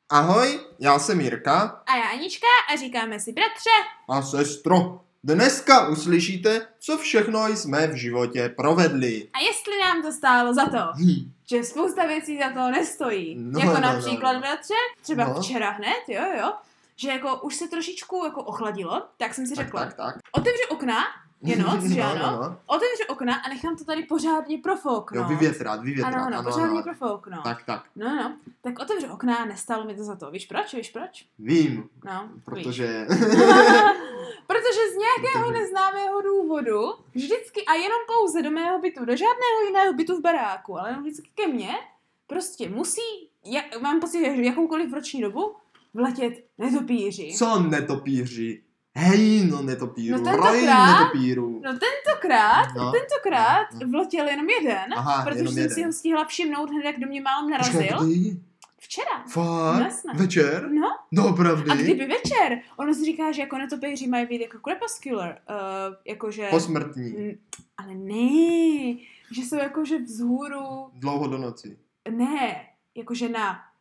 Ahoj, já jsem Jirka. A já Anička a říkáme si bratře. A sestro. Dneska uslyšíte, co všechno jsme v životě provedli. A jestli nám to stálo za to, že spousta věcí za to nestojí. Například bratře, třeba včera hned, jo, že jako už se trošičku jako ochladilo, tak jsem si řekla, tak. Otevřu okna, je noc, že ano, otevřu okna a nechám to tady pořádně profouknout. Jo, vyvětrat. Ano, pořádně profouknout. Tak. No, tak otevřu okna a nestálo mi to za to. Víš proč? Vím. No, protože... Protože z nějakého neznámého důvodu vždycky a jenom pouze do mého bytu, do žádného jiného bytu v baráku, ale jenom vždycky ke mně, prostě musí, mám pocit, že jakoukoliv roční dobu vletět netopíři. Co netopíři? Hejno netopíru, netopíru. Tentokrát vletěl jenom jeden, protože jenom jsem si ho stihla všimnout hned, jak do mě málem narazil. Včera. Fakt? Jasné. Večer? No. Pravdy? A kdyby večer? Ono si říká, že jako netopíři mají být jako crepuscular, jakože... Posmrtní. Ale ne, že jsou jakože vzhůru... Dlouho do noci. Ne, jakože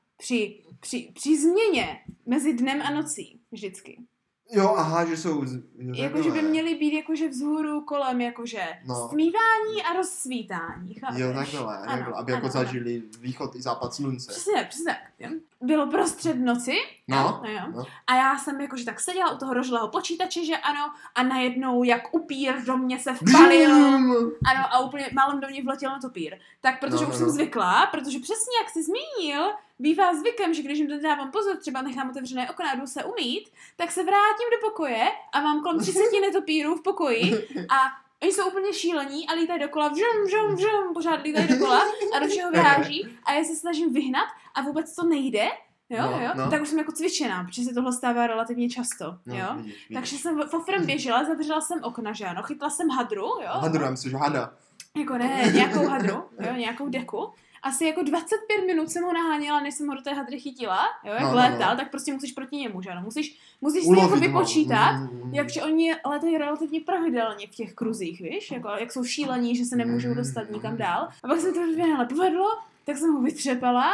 při změně mezi dnem a nocí vždycky. Jo, že jsou... Jakože by měly být jakože vzhůru kolem jakože stmívání a rozsvítání. Chápeš? Jo, takhle, aby jako zažili východ i západ slunce. Přesně tak. Bylo prostřed noci. No. A já jsem jakože tak seděla u toho rožlého počítače, že ano, a najednou jak upír do mě se vpalil. Ano, a úplně málem do mě vletěl netopír. Tak protože už jsem zvyklá, protože přesně jak jsi zmínil, bývá zvykem, že když jim dodávám pozor, třeba nechám otevřené okna a jdu se umýt, tak se vrátím do pokoje a mám kolem 30 netopírů v pokoji a oni jsou úplně šílení a lítají dokola, vžum, pořád lítají dokola a do všeho vyháží a já se snažím vyhnat a vůbec to nejde, tak už jsem jako cvičená, protože se tohle stává relativně často, Vidíš. Takže jsem fofrem běžela, zavřela jsem okna, že ano, chytla jsem hadru, Hadru, já myslím, že hada. Jako ne, nějakou hadru, nějakou deku. Asi jako 25 minut jsem ho naháněla, než jsem ho do té hadry chytila, jak létal, tak prostě musíš proti němu, že ano, musíš si jako vypočítat, jakže oni letají relativně pravidelně v těch kruzích, víš, jako, jak jsou šílení, že se nemůžou dostat nikam dál. A pak se to povedlo, tak jsem ho vytřepala,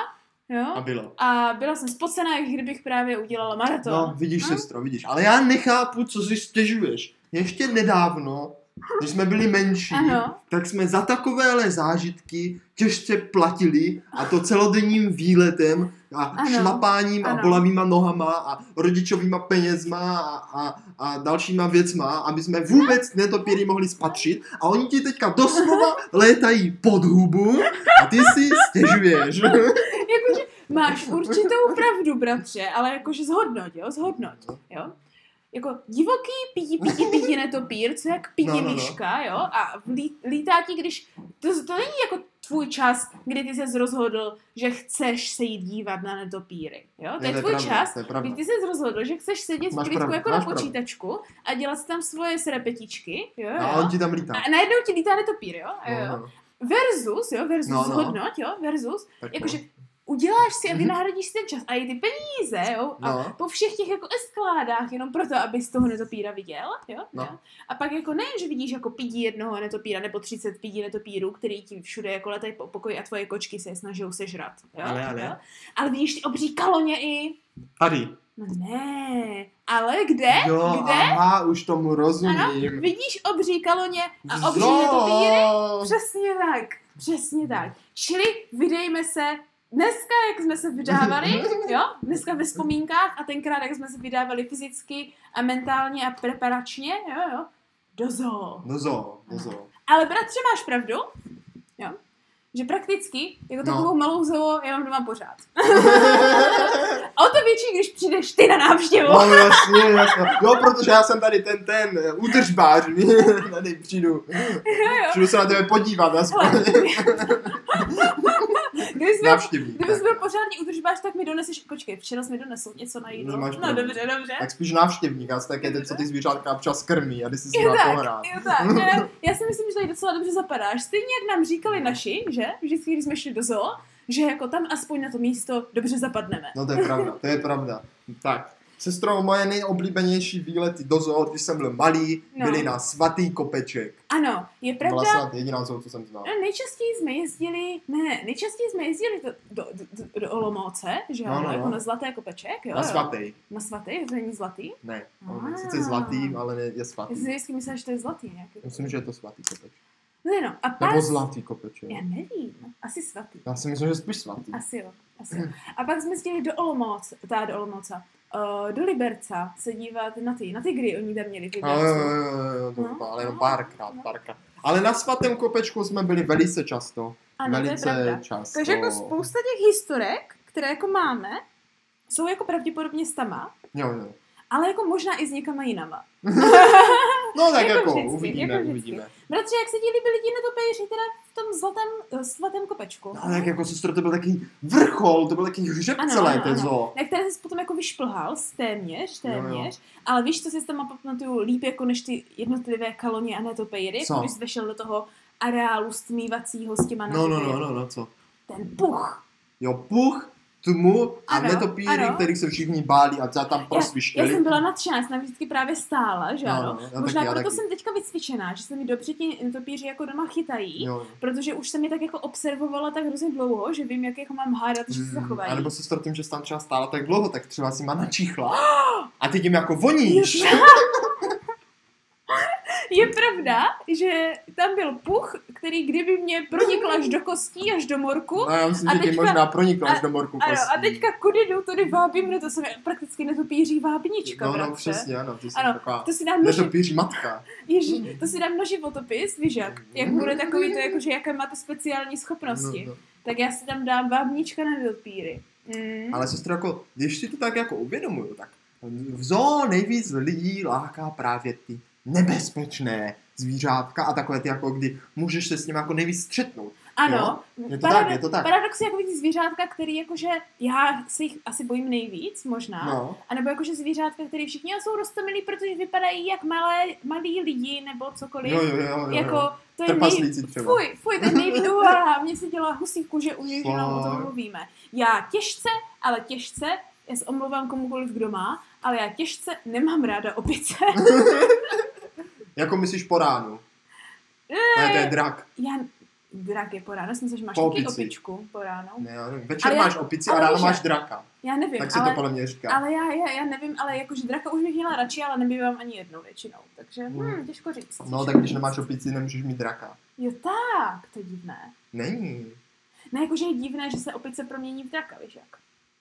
a byla jsem spocená, jak kdybych právě udělala maraton. No, vidíš, sestro, vidíš, ale já nechápu, co si stěžuješ. Ještě nedávno, když jsme byli menší, tak jsme za takovéhle zážitky těžce platili a to celodenním výletem a šlapáním a bolavýma nohama a rodičovýma penězma a dalšíma věcma, aby jsme vůbec netopíry mohli spatřit a oni ti teďka doslova létají pod hubu a ty si stěžuješ. Jakože máš určitou pravdu, bratře, ale jakože zhodnoť, jo? Jako divoký pítí netopír, co jak pítí myška, a lítá ti, když... To není jako tvůj čas, kdy ty ses rozhodl, že chceš se jít dívat na netopíry, To je tvůj čas, kdy ty ses rozhodl, že chceš sedět v klidku jako na počítačku a dělat si tam svoje srepetičky, A on ti tam lítá. A najednou ti lítá netopír, Versus, hodnoť, jakože uděláš si a vynahradíš si ten čas a i ty peníze, a po všech těch jako eskaládách jenom proto, abys toho netopíra viděl, A pak jako nejen, že vidíš jako pidi jednoho netopíra nebo 30 pidi netopírů, který ti všude jako letají po pokoji a tvoje kočky se je snaží sežrat, Ale vidíš ty obří kaloně i... Tady. No ne, ale kde? Aha, už tomu rozumím. Ano, vidíš obří kaloně a obří netopíry? Přesně tak. Čili vydejme se dneska, jak jsme se vydávali, dneska ve vzpomínkách a tenkrát, jak jsme se vydávali fyzicky a mentálně a preparačně, do zoo. Do zoo. Ale bratře, máš pravdu, že prakticky, jako takovou malou zoo, já mám doma pořád. A o to větší, když přijdeš ty na návštěvu. No jasně. Jo, protože já jsem tady ten údržbář, tady přijdu se na tebe podívat aspoň. Kdybys byl pořádný údržbář, tak mi doneseš, počkej, včera jsi mi donesl něco na jídlo. No dobře. Tak spíš návštěvník, a tak je ten, co ty zvířátka občas krmí a ty si s nima pohrát. Jo tak, já si myslím, že tady docela dobře zapadáš. Stejně jak nám říkali naši, že? Vždycky, když jsme šli do zoo, že jako tam aspoň na to místo dobře zapadneme. No to je pravda. Tak, Sestro, moje nejoblíbenější výlety do zoo, když jsem byl malý, byly na Svatý Kopeček. Ano, je pravda. Vlastně jediná zoo, co jsem znal. Nejčastěji jsme jezdili do Olomouce, že jo, jako na Zlaté Kopeček, jo. Na Svatý. Na Svatý, to není Zlatý? Ne, sice Zlatý, ale je Svatý. Já si vždycky myslím, že to je Zlatý nějaký. Myslím, že je to Svatý Kopeček. No, a nebo Zlatý Kopeček. Já nevím, asi Svatý. Já si myslím, že spíš Svatý. Asi jo. A pak jsme jezdili do Olomouce, do Liberca se dívat na tygry, oni tam měli v Libercu. Ale jenom párkrát. Ale na Svatém Kopečku jsme byli velice často. Ano, velice to je pravda. často. Takže jako spousta těch historek, které jako máme, jsou jako pravděpodobně s tama. Jo. Ale jako možná i s někama jinama. No tak jako uvidíme. Bratře, jak se ti líbí lidi netopejři teda v tom Svatém Kopečku? No tak jako sestro, to byl takový vrchol, to byl takový hřeb celé té zoo. Na které jsi potom jako vyšplhal téměř. Jo. Ale víš, co si tam pamatuju líp jako než ty jednotlivé kaloně a netopejry, když jsi vešel do toho areálu stmívacího s těma netopejry. No, co? Ten puch. Jo, puch. Tmu a netopíry, kterých se všichni báli a tam prosvištěli. Já jsem byla nadšená, jsem vždycky právě stála, že ano? Možná proto jsem teďka vycvičená, že se mi dobře ti netopíři jako doma chytají, protože už jsem je tak jako observovala tak hrozně dlouho, že vím, jak jako mám hádat, že se zachovají. A nebo se s tím, že jsi tam třeba stála tak dlouho, tak třeba si má načichla a ty tím jako voníš. Je pravda, že tam byl puch, který kdyby mě pronikl až do kostí, až do morku. No já myslím, že tě možná pronikl až do morku kostí. Ano, a teďka kudy jdu, tudy vábím, no to jsem prakticky netopíří vábnička, No přesně, ano, ty jsi taková to si netopíří matka. Ježi, to si dám na životopis, víš jak bude takový to, jakože jaké máte speciální schopnosti. Tak já si tam dám vábnička na netopíry. Ale sestro, jako, když si to tak jako uvědomuju, tak v zoo nejvíc lidí láká právě ty nebezpečné zvířátka a takové ty, jako kdy můžeš se s ním jako nejvíc střetnout. Ano. Je to tak. Paradox je jako ty zvířátka, který jakože já se jich asi bojím nejvíc, možná. No. A nebo jakože zvířátka, který všichni jsou roztomilí, protože vypadají jak malí lidi nebo cokoliv. Jo. Jako, to je fuj, to je nejvíc. Mně se dělá husí kůže u něj, že nám o tom mluvíme. Já těžce, já se omlouvám komukoliv, kdo má, ale já těžce nemám ráda opice. Jako myslíš po ránu? To je drak. Drak je po ránu, myslím, že máš taky opičku po ránu. Ne, večer máš opici a ráno máš draka. Já nevím, tak se to podle mě říká. Ale já nevím, ale jakože draka už bych měla radši, ale nebývám ani jednou většinou, takže těžko říct. No tak když nemáš opici, nemůžeš mít draka. Jo tak, to je divné. Není. Ne, jakože je divné, že se opice promění v draka, víš jak.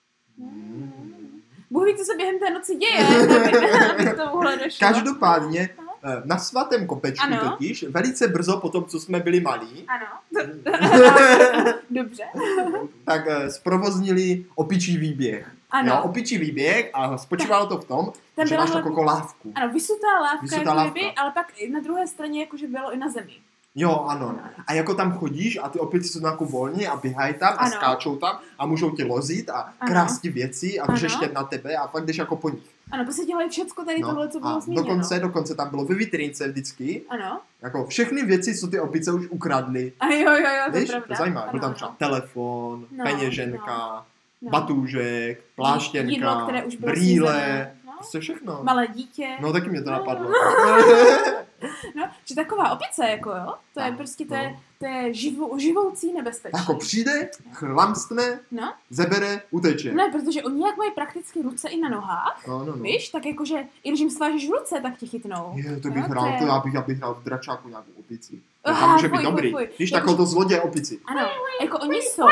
Bůh ví, co se během té noci děje, abych to tomuhle došlo. Každopádně, na Svatém Kopečku totiž, velice brzo po tom, co jsme byli malí. Ano. Dobře. Tak zprovoznili opičí výběh. Ano. Jo, opičí výběh a spočívalo to v tom, že máš takovou lávku. Ano, vysutá lávka, ale pak na druhé straně jakože bylo i na zemi. Jo, ano. A jako tam chodíš a ty opice jsou jako volně a běhají tam a skáčou tam a můžou tě lozit a krást ti věci a vřeštět na tebe a pak jdeš jako po nich. Ano, to se dělají všecko tady tohle, co bylo zmíněno. Dokonce tam bylo ve vitrince vždycky. Ano. Jako všechny věci, co ty opice už ukradly. A jo, to je pravda. To zajímavé. Byl tam třeba telefon, peněženka, batůžek, pláštěnka, jídlo, které už bylo brýle, prostě všechno. Malé dítě. No taky mě to napadlo. No, že taková opice, jako jo, to je prostě, to je živoucí nebezpečí. Jako přijde, chlamstne, zabere, uteče. Ne, protože oni jak mají prakticky ruce i na nohách, víš, tak jakože, i když jim svážeš ruce, tak tě chytnou. To bych hrál, já bych hrál v dračáku nějakou opici. To může být dobrý. Víš, takovou to zloděj opici. Ano, jako oni jsou...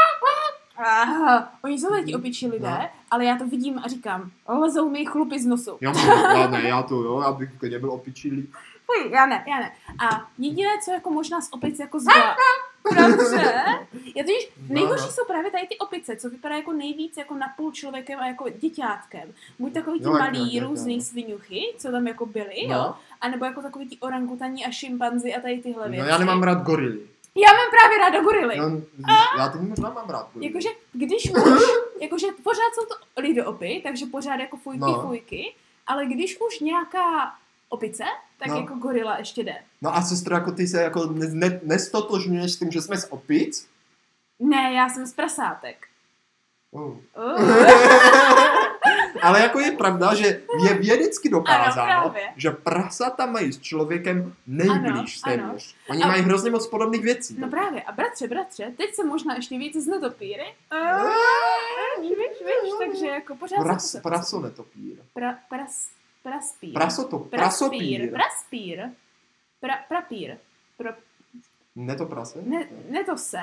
Oni jsou ti opičí lidé, ale já to vidím a říkám, lezou mi chlupy z nosu. Já bych nebyl opičí lid. Já ne. A jediné, co jako možná z opic jako zvládá. Dobře. Já totiž nejhorší jsou právě tady ty opice, co vypadá jako nejvíc jako napůl člověkem a jako děťátkem. Buď takový ti malí různý sviňuchy, co tam jako byly, jo? A nebo jako takový ti orangutani a šimpanzi a tady tyhle věci. No já nemám rád gorily. Já mám právě ráda gorily. Já to možná mám rád gorily. Jakože když už, jakože pořád jsou to lidoopy, takže pořád jako fujky, ale když už nějaká opice, tak jako gorila ještě jde. No a sestro, jako ty se jako nestotožňuješ s tím, že jsme z opic? Ne, já jsem z prasátek. Ale jako je pravda, že je vědecky dokázáno, že prasata mají s člověkem nejblíž téměř. Oni mají hrozně moc podobných věcí. No právě. A bratře, teď se možná ještě víc znetopíry. Víš, takže jako pořád Prasonetopír. Praspír. Prasopír. Praspír. Prapír. Netokrase? Netose.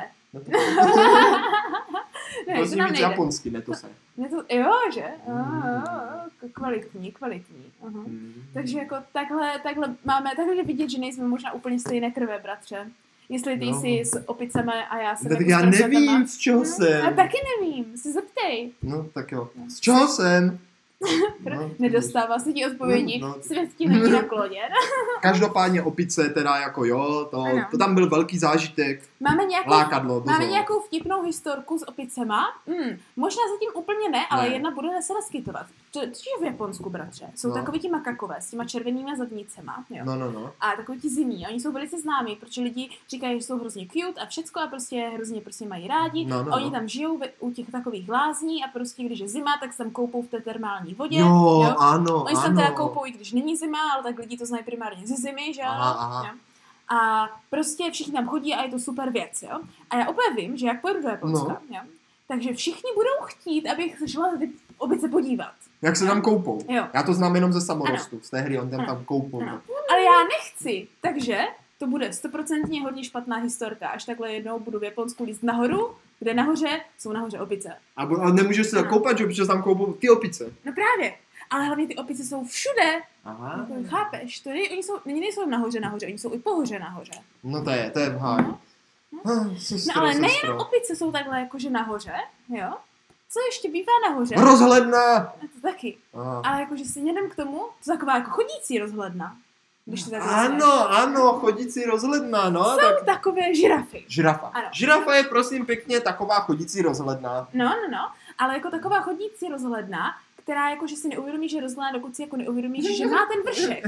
To zní víc japonsky, netose. Jo, že? Kvalitní. Takže jako takhle máme takhle vidět, že nejsme možná úplně stejné krve, bratře. Jestli ty jsi s opicemi a já jsem tak já nevím, z čeho jsem. Já taky nevím, si zeptej. No, tak jo. Z čeho jsem? Nedostává se ti odpovědi, svědky není nakloněn. Každopádně opice teda jako jo, to tam byl velký zážitek. Máme nějakou vtipnou historku s opicema. Možná zatím úplně ne, ale jedna bude se naskytovat. Což je v Japonsku, bratře. Jsou takový ti makakové s těma červenými zadnicema. Jo? No. A takový ti zimní. Oni jsou velice známí, protože lidi říkají, že jsou hrozně cute a všecko a prostě hrozně mají rádi. Oni tam žijou u těch takových lázní a prostě když je zima, tak se tam koupou v té termální vodě. Jo, ano. Oni se tam teda koupou, i když není zima, ale tak lidi to znají primárně ze zimy, že ano. A prostě všichni tam chodí a je to super věc, jo. A já opět vím, že jak pojedu do Japonska, jo, takže všichni budou chtít, abych se šla ty opice podívat. Jak se tam koupou. Jo. Já to znám jenom ze Samorostu, z té hry, on tam koupou. Ale já nechci, takže to bude 100% hodně špatná historka, až takhle jednou budu v Japonsku líst nahoru, kde jsou nahoře opice. A nemůžeš se koupat, že protože tam koupou ty opice. No právě. Ale hlavně ty opice jsou všude. Aha. Chápeš? Oni nejsou nahoře, oni jsou i pohoře nahoře. No to je v háji. No ale nejenom opice jsou takhle jakože nahoře, jo? Co ještě bývá nahoře? Rozhledna! To taky. Ale jakože si jedem k tomu, to taková jako chodící rozhledna. Když to Ano, chodící rozhledna, no. Jsou takové žirafy. Žirafa. Ano. Žirafa je prosím pěkně taková chodící rozhledna. No, ale jako taková chodící rozhledna, která jakože si neuvědomí, že je rozhledna, dokud si jako neuvědomíš, že má ten vršek.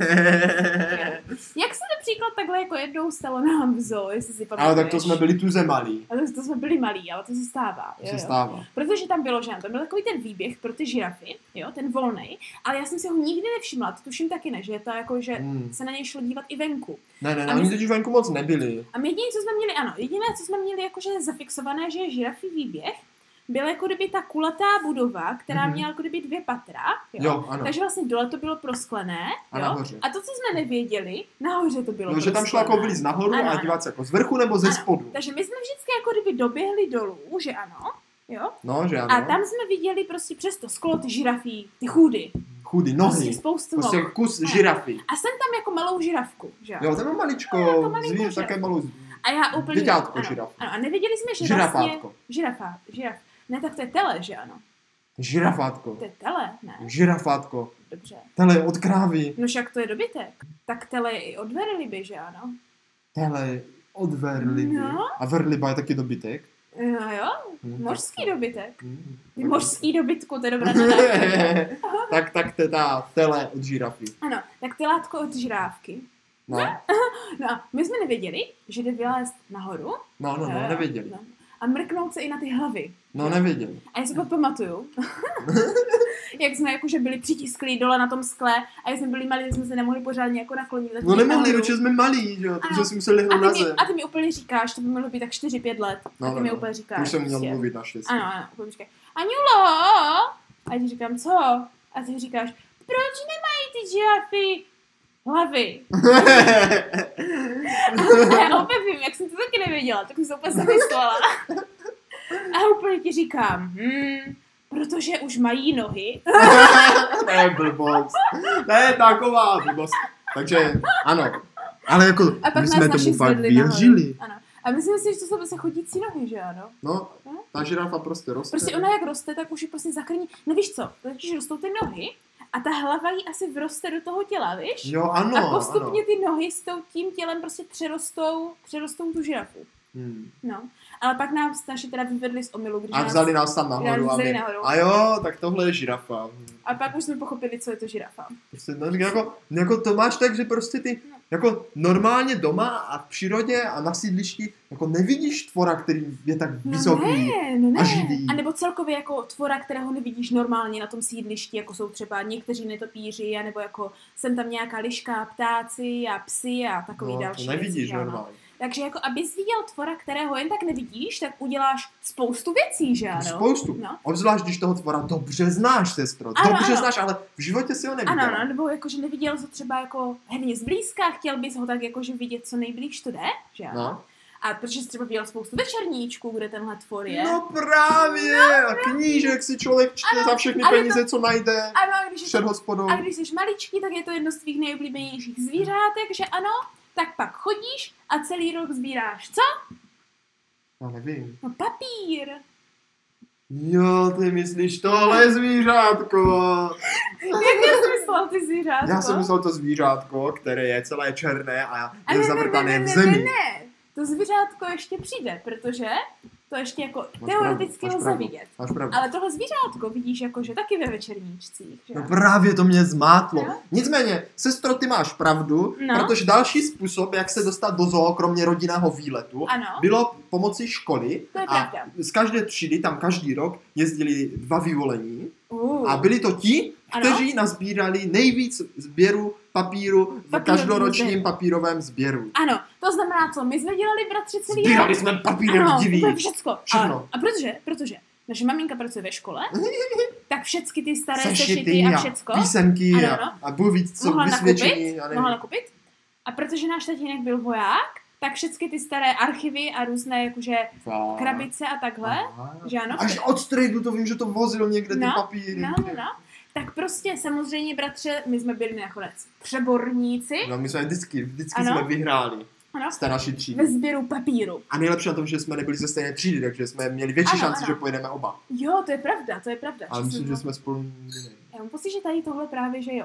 Jak se například takhle jako jednou stalo nám v zoo, jestli si pamatuješ. Ale tak to jsme byli tuze malí. Ale to jsme byli malí, ale to se stává. Jo. Protože tam bylo, že tam byl takový ten výběh pro ty žirafy, jo, ten volnej, ale já jsem si ho nikdy nevšimla, to tuším taky ne, že je to jako, že se na něj šlo dívat i venku. Ne, oni totiž venku moc nebyli. A jediné, co jsme měli jakože zafixované, že je žirafí výběh, byla jako kdyby ta kulatá budova, která měla jako kdyby 2 patra, jo? Takže vlastně dole to bylo prosklené, a nahoře. A to, co jsme nevěděli, nahoře to bylo že tam šlo jako vylíz nahoru a dívat se jako z vrchu nebo ze spodu. Takže my jsme vždycky jako kdyby doběhli dolů, že ano, jo? No, že ano. A tam jsme viděli prostě přes to sklo ty žirafí, ty chudy. Chudy, nohy. Prostě spoustu prostě noh. kus žirafy. A jsem tam jako malou žirafku, že jo? Tam je maličko, také malou a já úplně... Děťátko žiraf. Ano, a nevěděli jsme, že žirafátko. Vlastně... Žiraf. Ne, tak to je tele, že ano? Žirafátko. To je tele, ne? Žirafátko. Dobře. Tele od krávy. No však to je dobytek. Tak tele je i od verliby, že ano? Tele od verliby. No. A verliba je taky dobytek? No jo, mořský dobytek. Mořský dobytku, to je dobrá nadávka. tak teda tele od žirafy. Ano, tak telátko od žirávky. No. No a my jsme nevěděli, že jde vylézt nahoru. No, nevěděli. No. A mrknout se i na ty hlavy. No, nevěděli. A já si to pamatuju. Jak jsme jakože byli přitisklí dole na tom skle a jak jsme byli malí, tak jsme se nemohli pořádně jako naklonit. No nemohli, protože jsme malí, že jo, takže jsme museli lehnout na zem. A ty mi úplně říkáš, to by mělo být tak 4-5 let. A ty mi úplně říkáš. Už jsem měl mluvit na 6. Ano, úplně říkáš, Aňulo! A já ti říkám, co? A ty říkáš, proč nemají ty žirafy hlavy? A já opět vím, jak jsem to taky nevěděla, tak jsem se úplně zamyslela. A úplně ti říkám, protože už mají nohy. To je blbost. To je taková blbost. Takže ano. Ale jako my jsme tomu fakt věřili. Ano. A myslím si, že to jsou prostě chodící nohy, že ano? No, ta žirafa prostě roste. Prostě ona jak roste, tak už ji prostě zakrní. No víš co, když rostou ty nohy a ta hlava jí asi vroste do toho těla, víš? Jo, ano. A postupně ty nohy s tím tělem prostě přerostou tu žirafu. No, ale pak nás naši teda vyvedli z omylu, když a vzali nás tam nahoru. A jo, tak tohle je žirafa. A pak už jsme pochopili, co je to žirafa. Prostě, jako to máš tak, že prostě ty jako normálně doma a v přírodě a na sídlišti jako nevidíš tvora, který je tak vysoký a živý. A nebo celkově jako tvora, kterého nevidíš normálně na tom sídlišti, jako jsou třeba někteří netopíři, anebo jako jsem tam nějaká liška, ptáci a psy a takový další. To nevidíš normálně. Takže jako abys viděl tvora, kterého jen tak nevidíš, tak uděláš spoustu věcí, že ano? Spoustu. No. Obzvlášť, když toho tvora dobře znáš, sestro. Dobře znáš, ale v životě si ho neviděl. Ano, nebo jakože neviděl to třeba jako hodně zblízka, chtěl bys ho tak jakože vidět co nejblíž to jde, že ano? No. A protože jsi třeba viděl spoustu večerníčků, kde tenhle tvor je. No právě! No. A knížek si člověk čte za všechny peníze, co najde před hospodou. A když jsi maličký, tak je to jedno z tvých nejoblíbenějších zvířátek, že ano? Tak pak chodíš a celý rok sbíráš co? Já nevím. No papír. Jo, ty myslíš tohle zvířátko. Jak jsi myslel ty zvířátko? Já jsem myslel to zvířátko, které je celé černé a je zavrtané v zemi. Ne. To zvířátko ještě přijde, protože to ještě jako teoreticky lze vidět. Ale tohle zvířátko vidíš jakože taky ve večerníčcích. Že? No právě to mě zmátlo. No? Nicméně, sestro, ty máš pravdu, protože další způsob, jak se dostat do zoo, kromě rodinného výletu, bylo pomocí školy. To je pravda. Z každé třídy, tam každý rok, jezdili 2 vyvolení. A byli to ti, kteří nazbírali nejvíc sběru papíru v každoročním papírovém sběru. Ano, to znamená co? My jsme dělali, bratři, celý rok. Sbírali jsme papírem divý. To je všechno. A protože naše maminka pracuje ve škole, tak všechny ty staré sešity a všecko. Písemky a Bůh víc, co vysvědčení. Mohla nakupit. A protože náš tatínek byl voják, tak všechny ty staré archivy a různé jakože krabice a takhle, že ano. Až od strejdu to vím, že to vozil někde ty papíry. No. Tak prostě samozřejmě, bratře, my jsme byli nakonec přeborníci. No, my jsme vždycky jsme vyhráli. Ano. Z té naší třídy. Ve sběru papíru. A nejlepší na tom, že jsme nebyli ze stejné třídy, takže jsme měli větší šanci, že pojedeme oba. Jo, to je pravda. Ale myslím, že jsme spolu neměli. Já mám pocit, že tady tohle právě, že jo.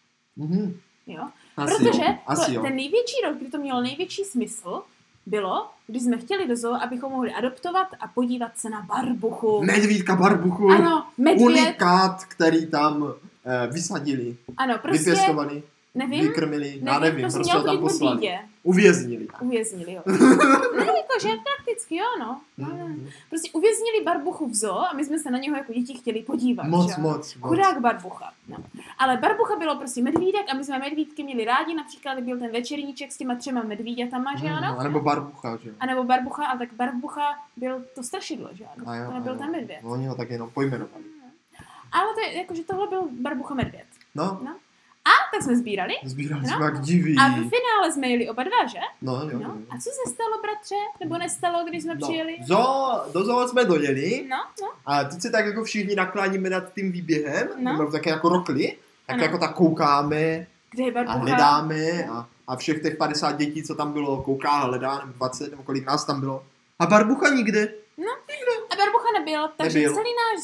Jo. Protože ten největší rok, kdy to mělo největší smysl, bylo, když jsme chtěli do zoo, abychom mohli adoptovat a podívat se na barbuchu. Medvídka barbuchu. Ano, medvěd. Unikát, který tam vysadili. Ano, prostě. Vypěstovali. Nevím. Vykrmili. Já nevím, prostě ho tam poslali. Medvídě. Uvěznili, jo. Ne, jakože prakticky, jo, no. Prostě uvěznili barbuchu v zoo a my jsme se na něho jako děti chtěli podívat. Moc. Chudák barbucha. No. Ale barbucha bylo prostě medvídek a my jsme medvídky měli rádi, například byl ten večerníček s těma 3 medvíďatama, že ano? A nebo barbucha, že jo? A nebo barbucha, ale tak barbucha byl to strašidlo, že ano? To nebyl ten medvěd. No, oni ho tak jenom pojmenovali. Ale to je, jakože tohle byl barbucha medvěd. No. A tak jsme sbírali. Sbírali jsme jak diví. A v finále jsme jeli oba 2, že? No. A co se stalo, bratře? Nebo nestalo, když jsme přijeli? Do zoo jsme dojeli. No. A teď se tak jako všichni nakláníme nad tím výběhem. Nebo také jako rokli. Tak jako tak koukáme. Kde je barbucha? A hledáme. A všech těch 50 dětí, co tam bylo, kouká a hledá. Nebo 20, nebo kolik nás tam bylo. A barbucha nikde. No, a barbucha nebyl. Takže celý náš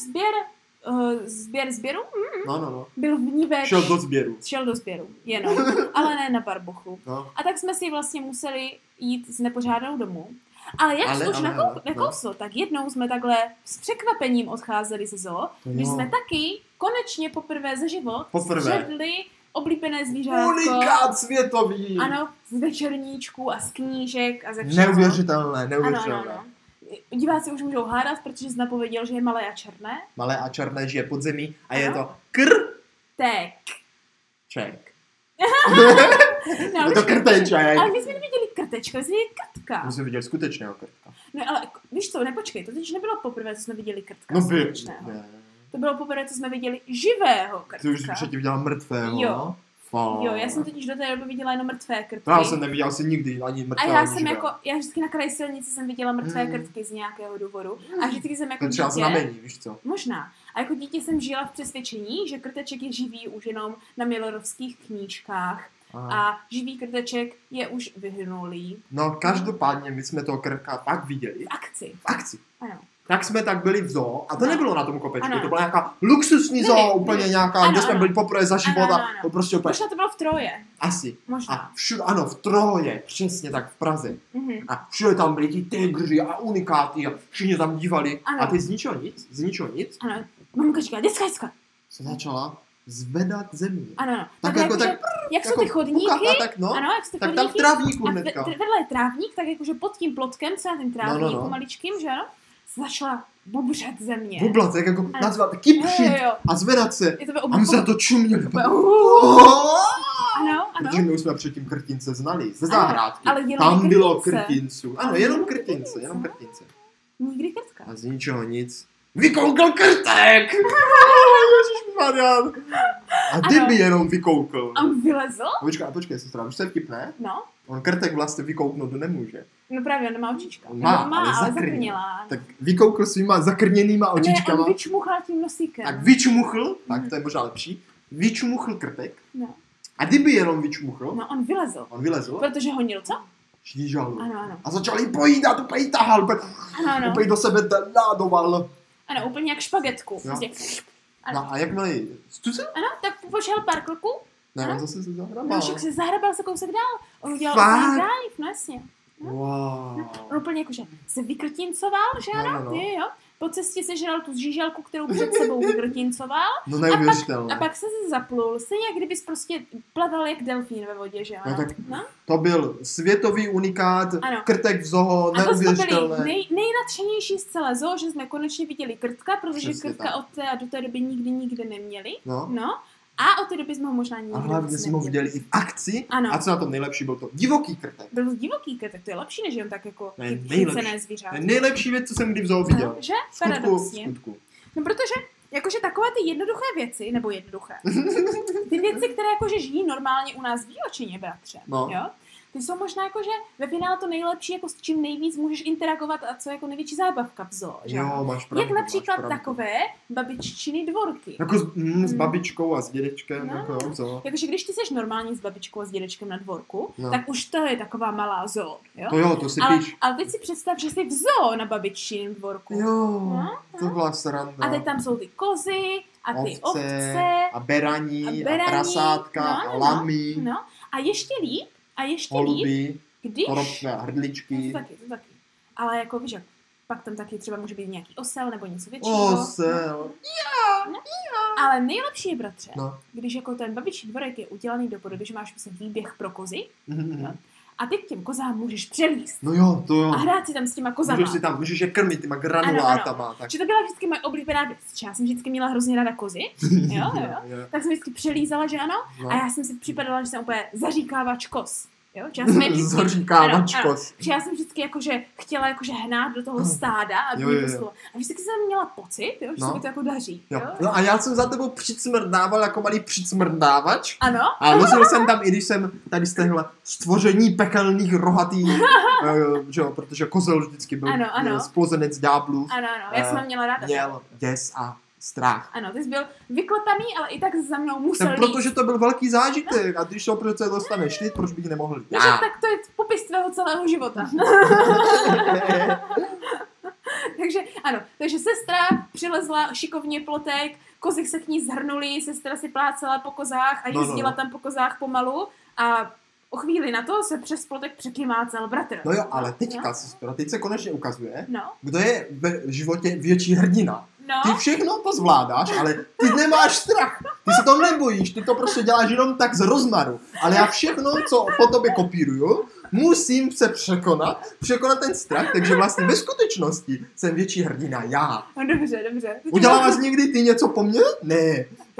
sběru byl vníveč. Šel do sběru, jenom. Ale ne na barbuchu. No. A tak jsme si vlastně museli jít s nepořádnou domů. Ale jak jsi už nakousl, tak jednou jsme takhle s překvapením odcházeli ze zoo, když jsme taky konečně poprvé za život zředli oblíbené zvířátko. Unikát světový. Ano, z večerníčků a z knížek a ze všeho. Neuvěřitelné. Ano. Diváci už můžou hádat, protože jsi napověděl, že je malé a černé. Malé a černé žije pod zemí a je to Ček. No, to krteček. Ale my jsme neviděli krtečka, my jsme viděli krtka. My jsme viděli skutečného krtka. No ale víš co, nepočkej, to teď nebylo poprvé, co jsme viděli krtka. No skutečného. To bylo poprvé, co jsme viděli živého krtka. Ty už předtím viděla mrtvého. Jo. Jo, já jsem totiž do té doby viděla jenom mrtvé krtky. Já jsem neviděl si nikdy ani mrtvé. A já vždycky na kraji silnice jsem viděla mrtvé krtky z nějakého důvodu. A vždycky jsem jako to třeba znamení, víš co? Možná. A jako dítě jsem žila v přesvědčení, že krteček je živý už jenom na millerovských knížkách. A živý krteček je už vyhynulý. No každopádně my jsme toho krtka fakt viděli. V akci. Ano. tak jsme tak byli v zoo a to nebylo na tom kopečku, to byla nějaká luxusní zoo, úplně nějaká, kde jsme byli poprvé za život a to prostě úplně. Možná to bylo v Troje. Asi. Možná. A všude, ano, v Troje, přesně tak, v Praze. A všude tam byli ti tygři a unikáty a všichni tam dívali. Ano. A ty z ničeho nic. Ano, mamka říká, děcka. Se začala zvedat země. Ano. Tak jak jsou ty chodníky, ano, jak jsou ty tak chodníky, tam v trávníku a hnedka. vedle je trávník, tak jakože pod tím plotkem, co na tím trávníku maličkým, že ano, se začala bubřet země. Bublat, jak jako nazvat, kypřit a zvedat se. A my se na to čuměli. Ano. Protože my už jsme předtím krtince znali, ze zahrádky. Tam bylo krtinců. Ano, jenom krtince. Nikdy krtka. A z ničeho nic. Vykoukl krtek! Ježišmarja. A ty by jenom vykoukl. A on vylezl? Počkej, sestra, už se vtipné? No. On krtek vlastně vykouknout nemůže. No právě, on nemá očička. Má, ale zakrnělá. Tak vykoukl svýma zakrněnýma očičkama. Ne, on vyčmuchal tím nosíkem. Tak vyčmuchl, tak to je možná lepší. Vyčmuchl krtek. No. A kdyby jenom vyčmuchl. No, on vylezl. Protože honil, co? Štížal. Ano. A začal jí pojídat, úplně jí tahal. Ano. Úplně do sebe nádoval. Ano, úplně jak špagetku. No a jakmile jí stucel? Ano, tak pošel pár kroků. Ne, on zase se zahrabal. No, však se zahrabal se kousek dál. On udělal úplně drive, no jasně. No. Wow. No, on úplně jakože se vykrtincoval, že ano? No. Jo. Po cestě sežral tu žíželku, kterou před sebou vykrtincoval. No neuvěřitelné. A pak se zaplul. Stejně jak kdybys prostě plaval jak delfín ve vodě, že ano? No, to byl světový unikát, krtek v zoo, neuvěřitelné. A to jsme byli nejnadšenější z celé zoo, že jsme konečně viděli krtka, protože přesně krtka tak. Do té doby nikdy neměli. No. A od té doby jsme ho možná nikdy neměli. A hlavně jsme ho viděli i v akci. Ano. A co na tom nejlepší, byl to divoký krtek. Byl divoký krtek, to je lepší, než jen tak jako chycené zvířátko. Nejlepší věc, co jsem kdy v zoo viděl. No, že? Paradoxně. No protože jakože takové ty jednoduché věci, nebo jednoduché, ty věci, které jakože žijí normálně u nás v divočině, bratře, jo? Ty jsou možná jakože ve finále to nejlepší, jako s čím nejvíc můžeš interagovat a co jako největší zábavka v zoo, že? Jo, máš pravdu. Jak například takové babiččiny dvorky. Jako s babičkou a s dědečkem, jako zoo. Jakože když ty seš normálně s babičkou a s dědečkem na dvorku, tak už to je taková malá zoo, jo? To jo, to si píš. Ale teď si představ, že jsi v zoo na babiččiném dvorku. Jo, to byla sranda. A teď tam jsou ty kozy a ty ovce a beraní a prasátka a lamy. No. A ještě líp, holuby, když... koropce a hrdličky. To taky. Ale jako víš, pak tam taky třeba může být nějaký osel nebo něco většího. Osel. Jo. Ale nejlepší je, bratře, když jako ten babičí dvorek je udělaný do podoby, že máš prostě výběh pro kozy. A ty k těm kozám můžeš přelíst. No jo, to jo. A hrát si tam s těma kozama. Můžeš je krmit těma granulátama. Tak. Že to byla vždycky moje oblíbená věc. Já jsem vždycky měla hrozně ráda kozy. Jo. Tak jsem vždycky přelízala, že ano. No. A já jsem si připadala, že jsem úplně zaříkávač koz. Jo, zaříkávač koz. Že já jsem vždycky jakože chtěla jakože hnát do toho stáda a a vždycky jsem měla pocit, že se mi to jako daří. Jo? No a já jsem za tebou přicmrdával jako malý přicmrdávač. Ano. A nosil jsem tam, i když jsem tady z téhle stvoření pekelných rohatých, protože kozel vždycky byl splozenec ďáblů. Ano, já jsem měla ráda. Měl děs a strach. Ano, ty jsi byl vyklepaný, ale i tak za mnou musel jít. Protože to byl velký zážitek a když to proč se dostaneš ty, proč bych nemohl jít? Tak to je popis tvého celého života. Takže sestra přilezla šikovně plotek, kozy se k ní zhrnuli, sestra si plácela po kozách a jezdila tam po kozách pomalu a o chvíli na to se přes plotek překymácel bratr. No jo, ale teďka, sestra, teď se konečně ukazuje, kdo je v životě větší hrdina. Ty všechno to zvládáš, ale ty nemáš strach. Ty se to nebojíš, ty to prostě děláš jenom tak z rozmaru. Ale já všechno, co po tobě kopíruju, musím se překonat ten strach, takže vlastně ve skutečnosti jsem větší hrdina já. No dobře. Udělala jsi někdy ty něco po mně? Ne.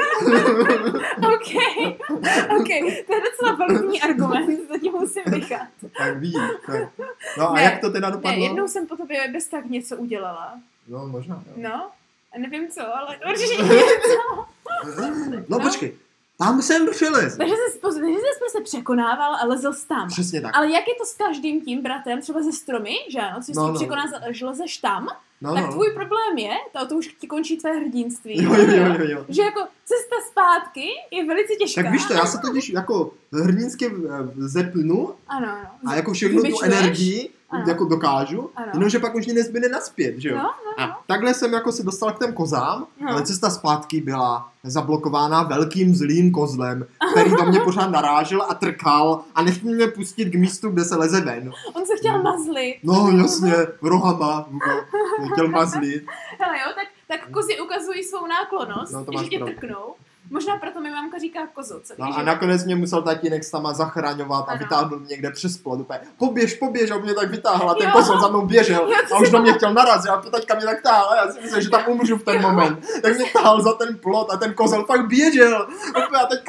OK, to je docela validní argument, to tím musím nechat. Tak vidíš. No a jak to teda dopadlo? Ne, jednou jsem po tobě bez tak něco udělala. No, možná, jo. No, a nevím co, ale určitě něco. No počkej, tam jsem přilez. Takže jsi prostě překonával a lezl jsi tam. Přesně tak. Ale jak je to s každým tím bratrem, třeba ze stromy, že ano? Jsi překonával, že lezeš tam tak tvůj problém je, to už ti končí tvé hrdinství, jo. že jako cesta zpátky je velice těžká. Tak víš to, já se totiž jako hrdinsky zepnu a jako všechnu tu energii jako dokážu, jenomže pak už mě nezbyde nazpět, že jo? A takhle jsem jako se dostal k těm kozám, ale cesta zpátky byla zablokována velkým zlým kozlem, který do mě pořád narážel a trkal a nechtěl mě pustit k místu, kde se leze ven. On se chtěl mazlit. No jasně, rohama, chtěl mazlit. Hele jo, tak kozy ukazují svou náklonnost, že tě trknou. Možná proto mi mamka říká kozo. A nakonec mě musel tatínek s tama zachraňovat a vytáhnout někde přes plot. Poběž, a mě tak vytáhla, ten kozel za mnou běžel a už do mě chtěl narazit a taťka mě tak táhl a já si myslím, že tam umřu v ten moment. Tak mě táhl za ten plot a ten kozel fakt běžel. A teďka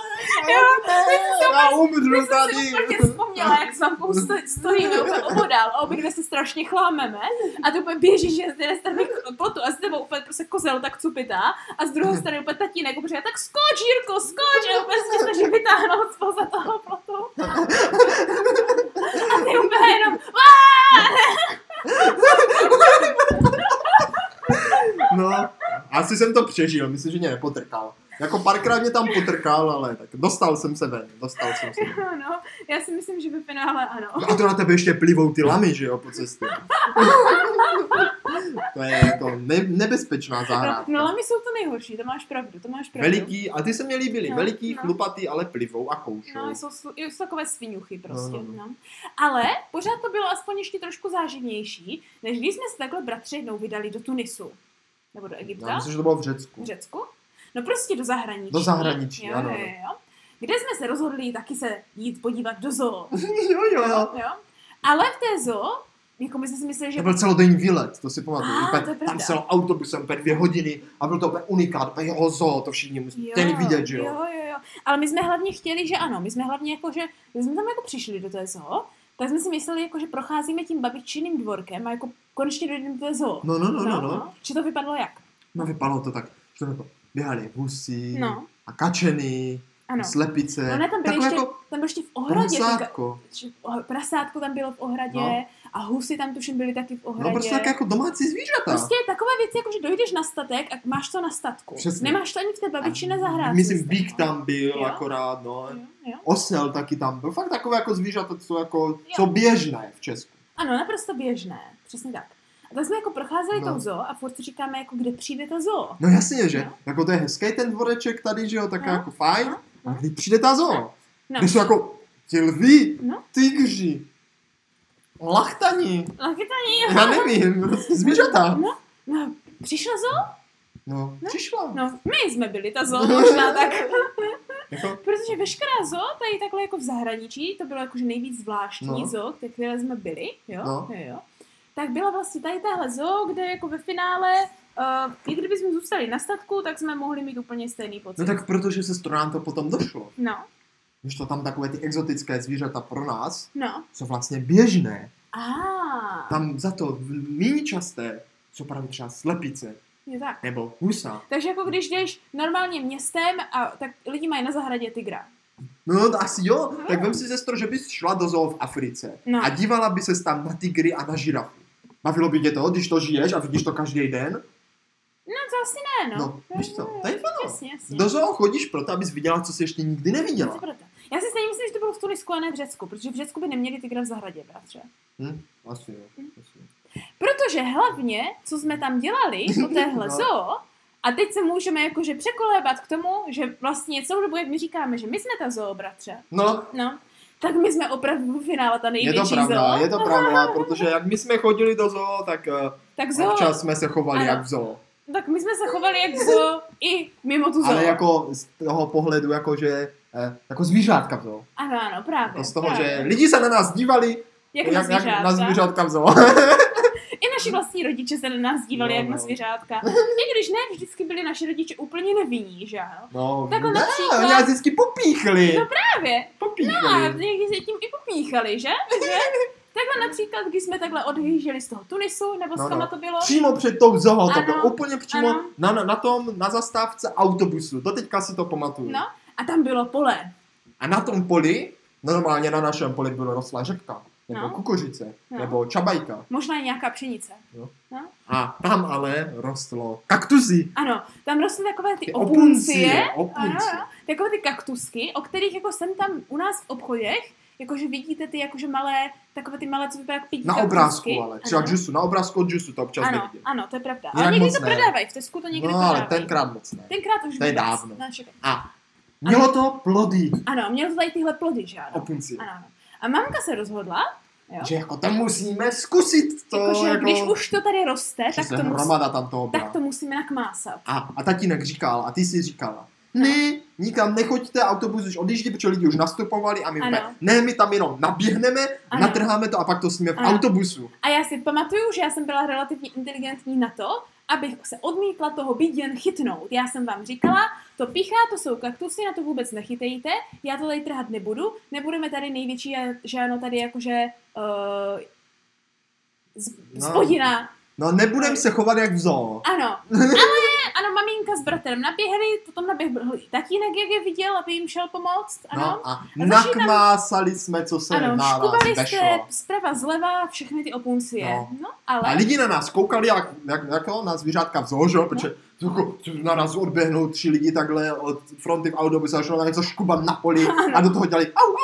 já umřu tady. Já jsem si vzpomněla, jak s mamkou stojíme úplně obodál a obě dvě se strašně chlámeme a ty úplně běžíš, že z jedné strany plotu a z tebou úplně prostě kozel tak cupitá a z druhé strany úplně tatínek úplně tak skoč, Jirko, skoč a úplně se snaží vytáhnout spoza toho plotu. A ty úplně jenom No, asi jsem to přežil, myslím, že mě nepotrkal. Jako párkrát mě tam potrkal, ale tak dostal jsem se ven. No, já si myslím, že ve finále ano. No a to na tebe ještě plivou ty lamy, že jo, po cestě. To je jako nebezpečná zahrádka. No lamy jsou to nejhorší, to máš pravdu. Veliký, a ty se mě líbily, veliký, chlupatý, ale plivou a koušou. No, jsou takové sviňuchy prostě, no. Ale pořád to bylo aspoň ještě trošku záživnější, než když jsme se takhle bratři jednou vydali do Tunisu. Nebo do Egypta. Já myslím, že to bylo v Řecku. V Řecku? No prostě do zahraničí. Do zahraničí, ano. Jo. Kde jsme se rozhodli taky se jít podívat do zoo. Jo. Ale v té zoo, jako my jsme si mysleli, že... To byl celodenní výlet, to si pamatuju. Tam se autobusem 2 hodiny a byl to úplně unikát, jeho zoo, to všichni museli vidět, že jo. Jo. Ale my jsme hlavně chtěli, že ano, my jsme hlavně jako, že když jsme tam jako přišli do té zoo, tak jsme si mysleli, jako, že procházíme tím babičiným dvorkem a jako konečně dojdeme do té zoo. No. Či to vypadlo jak? No vypadalo to tak, že to běhali husy a kačeny, slepice. No ne, tam byl ještě v ohradě. Prasátko tam bylo v ohradě a husy tam tuším byly taky v ohradě. No prostě tak jako domácí zvířata. Prostě takové věci, jako že dojdeš na statek a máš to na statku. Přesně. Nemáš to ani v té babičine zahrádce. Myslím, bík tam byl akorát, no. Jo. Osel taky tam byl. Fakt takové jako zvířata, co jako jsou běžné v Česku. Ano, naprosto běžné. Přesně tak. A tak jsme jako procházeli tou zoo a furt si říkáme, jako kde přijde ta zoo. No jasně, že? Jako to je hezký ten dvoreček tady, že jo, tak jako fajn. A kdy přijde ta zoo? Kde jsou jako ti lví, tygři, lachtani. Já nevím, prostě zvířata. No, přišla zoo? No, přišla. No, my jsme byli ta zoo možná tak. Protože veškerá zoo tady takhle jako v zahraničí, to bylo jakože nejvíc zvláštní zoo, které jsme byli, jo. Tak byla vlastně tady tahle zoo, kde jako ve finále, i kdybychom zůstali na statku, tak jsme mohli mít úplně stejný pocit. No tak protože se nám to potom došlo. No. Když to tam takové ty exotické zvířata pro nás jsou vlastně běžné. Tam za to méně časté jsou právě třeba slepice. Je tak. Nebo husa. Takže jako když jdeš normálně městem, tak lidi mají na zahradě tygra. No to asi jo. Tak vem si, sestro, že bys šla do zoo v Africe a dívala by ses tam na tygry a na žirafy. Bavilo by tě to, když to žiješ a vidíš to každý den? No to asi ne, no. Víš co, to je fano. Jasně. Do zoo chodíš proto, abys viděla, co jsi ještě nikdy neviděla. Já si stejně myslím, že to bylo v Tunisku a ne v Řecku, protože v Řecku by neměli tygra v zahradě, bratře. Asi jo. Protože hlavně, co jsme tam dělali po téhle zoo, a teď se můžeme jakože překolébat k tomu, že vlastně celou dobu, jak my říkáme, že my jsme ta zoo, bratře. No. Tak my jsme opravdu v finále ta největší zoo. Je to pravda, protože jak my jsme chodili do zoo, tak občas jsme se chovali jak v zoo. Tak my jsme se chovali jak v zoo i mimo tu zoo. Ale jako z toho pohledu, jako zvířátka v zoo. Ano, právě. Jako z toho, že lidi se na nás dívali jak na zvířátka v zoo. I naši vlastní rodiče se na nás dívali jak na zvířátka. I když ne, vždycky byli naši rodiče úplně nevinní, že ano? No, například... oni nás vždycky popíchli. No právě. Popíchli. No a někdy se tím i popíchali, že? Takhle například, když jsme takhle odjížděli z toho Tunisu, nebo s to bylo? Přímo před tou zoo, to bylo úplně přímo na zastávce autobusu. Doteďka si to pamatuju. No, a tam bylo pole. A na tom poli, normálně na našem poli byla rostla řepka. nebo kukuřice, nebo čabajka. Možná i nějaká pšenice. No. A tam ale rostlo kaktusy. Ano, tam rostly takové ty opuncie. Ano, takové ty kaktusky, o kterých jako jsem tam u nás v obchodech, jakože vidíte ty jakože takové ty malé, co vypadá jak pití na obrázku, ale třeba džusu, na obrázku od džusu to občas nevidím. Ano, to je pravda. Ale někdy to prodávají, v Tesku to někdy prodávají. No, ale tenkrát moc ne. Tenkrát už to je dávno. A mělo to plody. Ano, mělo to tady tyhle plody, že ano. Opunci. Ano. A mamka se rozhodla, že jako to musíme zkusit to. Jako, když už to tady roste, tak to musíme nakmásat. A tatínek říkal, a ty si říkala, ne, nikam nechoďte, autobus už odjíždí, protože lidi už nastupovali a my tam jenom naběhneme, natrháme to a pak to sníme v autobusu. A já si pamatuju, že já jsem byla relativně inteligentní na to, abych se odmítla toho být jen chytnout. Já jsem vám říkala, to pichá, to jsou kaktusy, na to vůbec nechytejte, já to tady trhat nebudu, nebudeme tady největší, že ano, tady jakože spodina. No nebudem se chovat jak v zoo. Ano, ano, maminka s bratrem naběhli, potom naběhl tatínek, jak je viděl, aby jim šel pomoct. Ano. No a nakmásali jsme, co se na nás škubali jste zprava zleva všechny ty opuncie. No, ale... A lidi na nás koukali, jak na zvířátka v zoo, že? Protože na nás odběhnou 3 lidi takhle od fronty v autobuse a šlo na něco škubat na poli a do toho dělali au.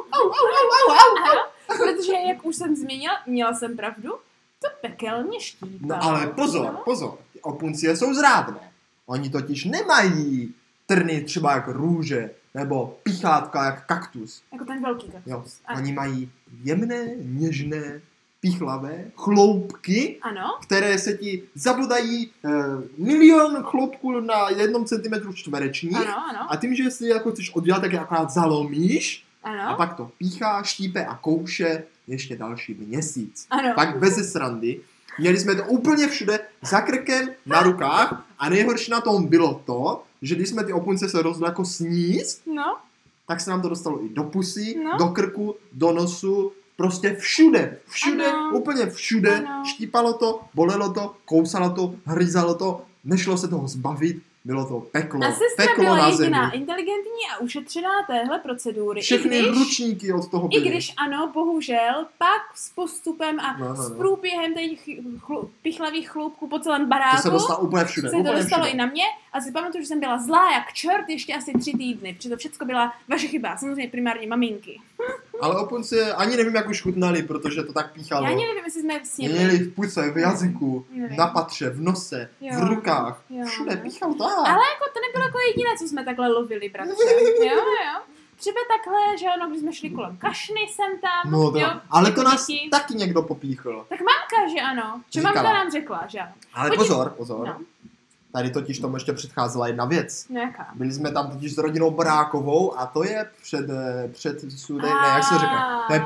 Protože, jak už jsem zmínila, měla jsem pravdu, to pekelně štípalo. No ale pozor, ty opuncie jsou zrádné. Oni totiž nemají trny třeba jako růže, nebo pichátka jak kaktus. Jako ten velký kaktus. Jo. Oni mají jemné, něžné, pichlavé chloupky, které se ti zablodají 1 milion chloupků na 1 centimetru čtverečních. A tím, že si jako chceš oddělat, tak je akorát zalomíš. A pak to píchá, štípe a kouše ještě další měsíc. Pak bez srandy. Měli jsme to úplně všude, za krkem, na rukách a nejhorší na tom bylo to, že když jsme ty opunce se rozhodli jako sníst, tak se nám to dostalo i do pusy, do krku, do nosu, prostě všude, úplně všude, štípalo to, bolelo to, kousalo to, hryzalo to, nešlo se toho zbavit. Bylo to peklo. A sestra byla jediná inteligentní a ušetřená téhle procedury. Všechny ručníky od toho byly. I když ano, bohužel, pak s postupem a s průběhem těch pichlavých chloupků po celém baráku to se dostalo úplně všude. Se to dostalo i na mě a si pamatuju, že jsem byla zlá jak čert ještě asi 3 týdny. Protože to všechno byla vaše chyba, samozřejmě primárně maminky. Ale opunce ani nevím, jak už chutnali, protože to tak píchalo. Já ani nevím, jestli jsme snědli. Měli v puce, v jazyku, na patře, v nose, v rukách. Všude píchalo to. Ale jako to nebylo jako jediné, co jsme takhle lovili, bratře. Jo. Třeba takhle, že ano, když jsme šli kolem kašny sem tam. No to, ale to nás taky někdo popíchl. Tak mamka, že ano. Že mamka nám řekla, že ano. Ale pozor. No. Tady totiž tomu ještě předcházela jedna věc. Jaká? Byli jsme tam totiž s rodinou Barákovou a to je před sudem, ne, jak se říká. To je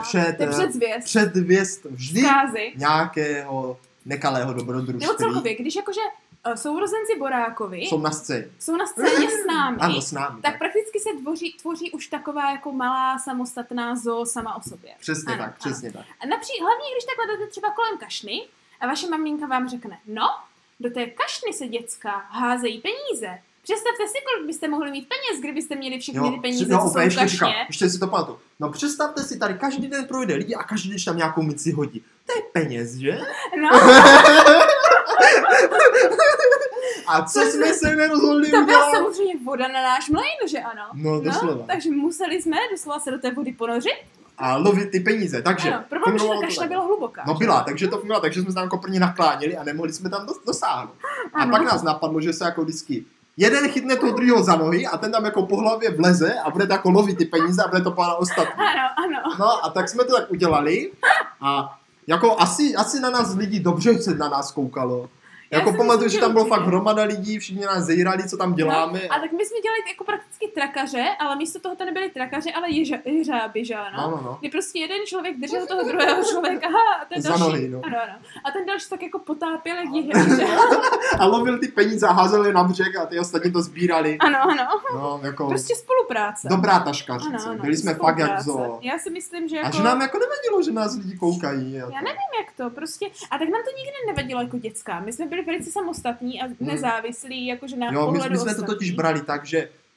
předzvěst vždy zkázy. Nějakého nekalého dobrodružství. Nebo celkově, když jakože sourozenci Borákovi jsou na scéně s námi, ano, s námi, tak prakticky se tvoří už taková jako malá samostatná zoo sama o sobě. Přesně tak. A hlavně, když takhle jdete třeba kolem kašny a vaše maminka vám řekne, no, do té kašny se děcka házejí peníze. Představte si, kolik byste mohli mít peněz, kdybyste měli všechny ty peníze, co jsou v kašně. Ještě si to pamatuju. No představte si, tady každý den projde lidi a každý den tam nějakou minci hodí. To je peněz, že? No. A co jsme se nerozhodli udělat? To byla samozřejmě voda na náš mlejn, že ano? No, doslova. Takže museli jsme doslova se do té vody ponořit. A lovit ty peníze, takže... Ano, problém, že ta kašna byla hluboká. No byla, takže to fungovalo, takže jsme se tam jako první nakláněli a nemohli jsme tam dosáhnout. A pak nás napadlo, že se jako vždycky jeden chytne toho druhého za nohy a ten tam jako po hlavě vleze a bude to jako lovit ty peníze a bude to pána ostatní. Ano. No a tak jsme to tak udělali a jako asi na nás lidi dobře se na nás koukalo. Jako pamatuju, že tam bylo fakt hromada lidí, všichni nás zejrali, co tam děláme. No, a tak my jsme dělali jako prakticky trakaře, ale místo toho to nebyli trakaři, ale jeřáby, že ano? No. Kdy prostě jeden člověk držel toho druhého člověka a ten další. Za nohy, no. Ano. A ten další tak jako potápěl jak jeřáb. A lovil ty peníze a házel je na břeh a ty ostatní to sbírali. Ano. No, jako prostě spolupráce. Dobrá taškařice. Byli jsme fakt jak zoo. Já si myslím, že jako... A že nám jako nevadilo, že nás lidi koukají. Jako. Já nevím jak to, prostě. A tak nám to nikdy nevadilo jako dětská. My jsme byli velice samostatní a nezávislí, jakože na pohledu my jsme to totiž brali tak, že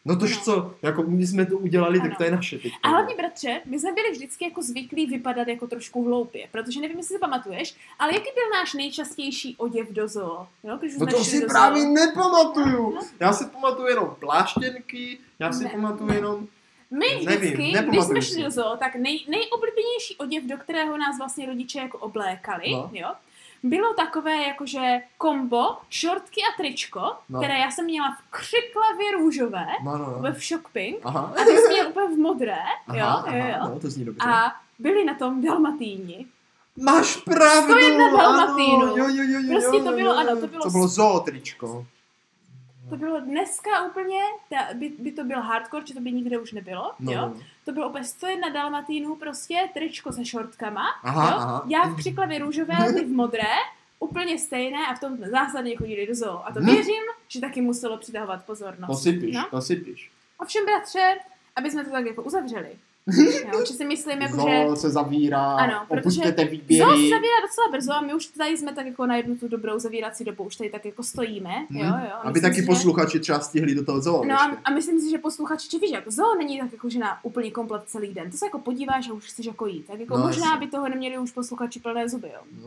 No tož co, jako my jsme to udělali, tak to je naše teď. A hlavně, bratře, my jsme byli vždycky jako zvyklí vypadat jako trošku hloupě, protože nevím, jestli si pamatuješ, ale jaký byl náš nejčastější oděv do zoo? Jo, no to si právě nepamatuju. Já si pamatuju jenom pláštěnky, já si pamatuju jenom... My vždycky, když jsme šli do zoo, tak nejoblíbenější oděv, do kterého nás vlastně rodiče jako oblékali, jo, bylo takové jakože kombo, šortky a tričko, které já jsem měla v křiklavě růžové, v shock pink, a ty jsi měl úplně v modré, jo. No, to zní dobře. A byli na tom dalmatíni. Máš pravdu, 101 dalmatínu. Jo. Prostě to bylo, ano, to bylo... To bylo zoo tričko. To bylo dneska úplně, by to byl hardcore, či to by nikde už nebylo, jo. To bylo úplně 101 dalmatínů, prostě tričko se šortkama, jo. Já v křiklavě růžové, ty v modré, úplně stejné a v tom zásadně chodili do zoo. A to věřím, že taky muselo přitahovat pozornost. To sypíš. Ovšem, bratře, aby jsme to tak jako uzavřeli. Jo, či si myslím, jako, že... se zavírá, opustěte výběry. Zoo se zavírá docela brzo a my už tady jsme tak jako na jednu tu dobrou zavírací dobu, už tady tak jako stojíme. Jo. Aby taky si, posluchači třeba stihli do toho zoo. No a myslím si, že posluchači, víš, jako zoo není tak jako, že na úplný komplet celý den. To se jako podíváš a už chceš jako jít. Tak jako možná by toho neměli už posluchači plné zuby, jo.